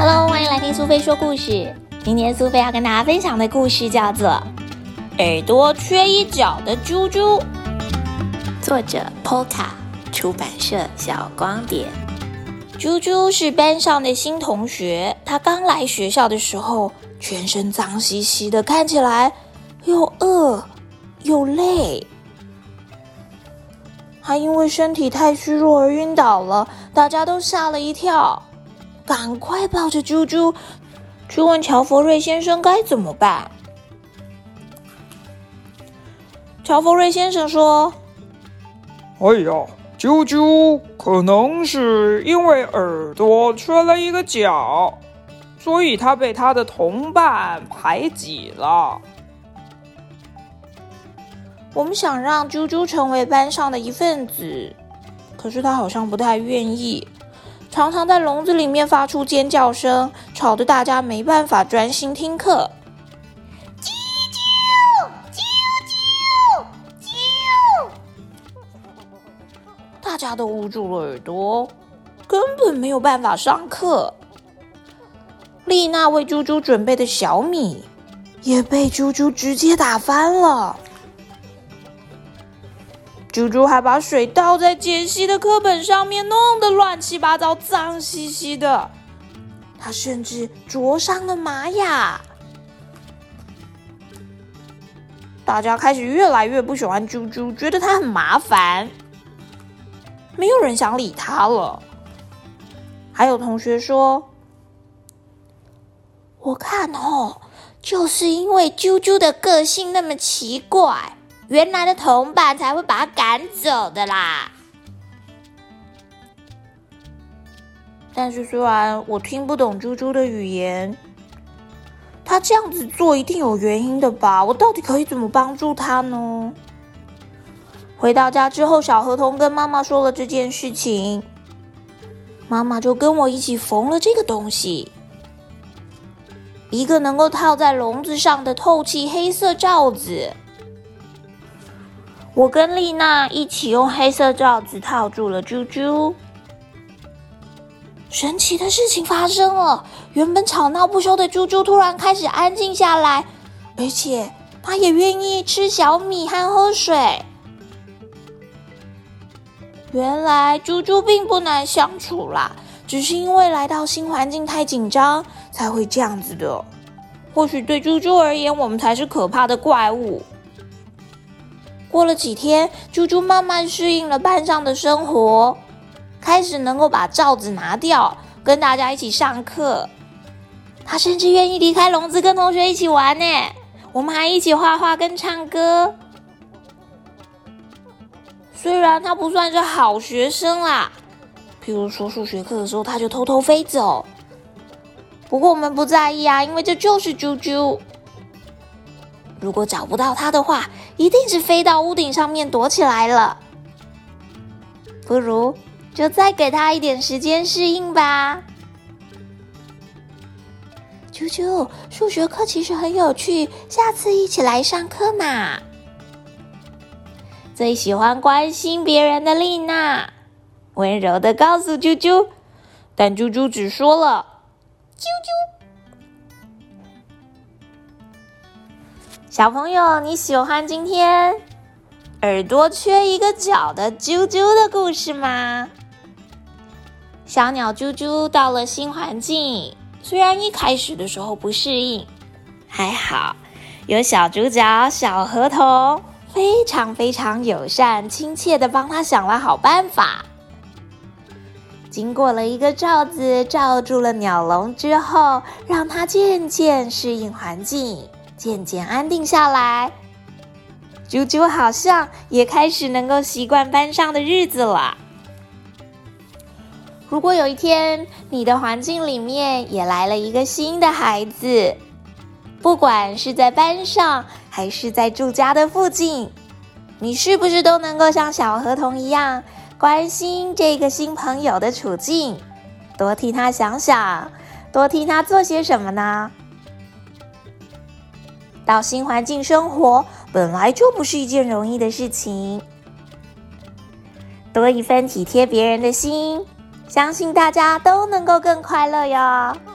Hello， 欢迎来听苏菲说故事。今天苏菲要跟大家分享的故事叫做《耳朵缺一角的猪猪》，作者 Polka， 出版社小光点。猪猪是班上的新同学，他刚来学校的时候，全身脏兮兮的，看起来又饿又累。他因为身体太虚弱而晕倒了，大家都吓了一跳，赶快抱着猪猪去问乔佛瑞先生该怎么办。乔佛瑞先生说： 哎呀，啾啾可能是因为耳朵缺了一个角，所以他被他的同伴排挤了。 我们想让猪猪成为班上的一份子，可是他好像不太愿意，常常在笼子里面发出尖叫声，吵得大家没办法专心听课。啾啾啾啾啾！大家都捂住了耳朵，根本没有办法上课。丽娜为猪猪准备的小米也被猪猪直接打翻了。猪猪还把水倒在解析的课本上面，弄得乱七八糟，脏兮兮的。他甚至灼伤了玛雅。大家开始越来越不喜欢猪猪，觉得他很麻烦，没有人想理他了。还有同学说：我看就是因为猪猪的个性那么奇怪，原来的同伴才会把他赶走的啦。但是虽然我听不懂猪猪的语言，他这样子做一定有原因的吧？我到底可以怎么帮助他呢？回到家之后，小河童跟妈妈说了这件事情，妈妈就跟我一起缝了这个东西，一个能够套在笼子上的透气黑色罩子。我跟丽娜一起用黑色罩子套住了猪猪。神奇的事情发生了，原本吵闹不休的猪猪突然开始安静下来，而且它也愿意吃小米和喝水。原来猪猪并不难相处啦，只是因为来到新环境太紧张才会这样子的。或许对猪猪而言，我们才是可怕的怪物。过了几天，猪猪慢慢适应了班上的生活，开始能够把罩子拿掉，跟大家一起上课。他甚至愿意离开笼子跟同学一起玩呢。我们还一起画画跟唱歌。虽然他不算是好学生啦，譬如说数学课的时候他就偷偷飞走，不过我们不在意啊，因为这就是猪猪。如果找不到他的话，一定是飞到屋顶上面躲起来了。不如就再给他一点时间适应吧。啾啾，数学课其实很有趣，下次一起来上课嘛。最喜欢关心别人的丽娜温柔地告诉啾啾，但啾啾只说了啾啾。小朋友，你喜欢今天耳朵缺一个角的啾啾的故事吗？小鸟啾啾到了新环境，虽然一开始的时候不适应，还好有小主角小河童非常非常友善亲切的帮他想了好办法。经过了一个罩子罩住了鸟笼之后，让它渐渐适应环境，渐渐安定下来。啾啾好像也开始能够习惯班上的日子了。如果有一天你的环境里面也来了一个新的孩子，不管是在班上还是在住家的附近，你是不是都能够像小河童一样关心这个新朋友的处境，多替他想想，多替他做些什么呢？到新环境生活本来就不是一件容易的事情，多一份体贴别人的心，相信大家都能够更快乐哟。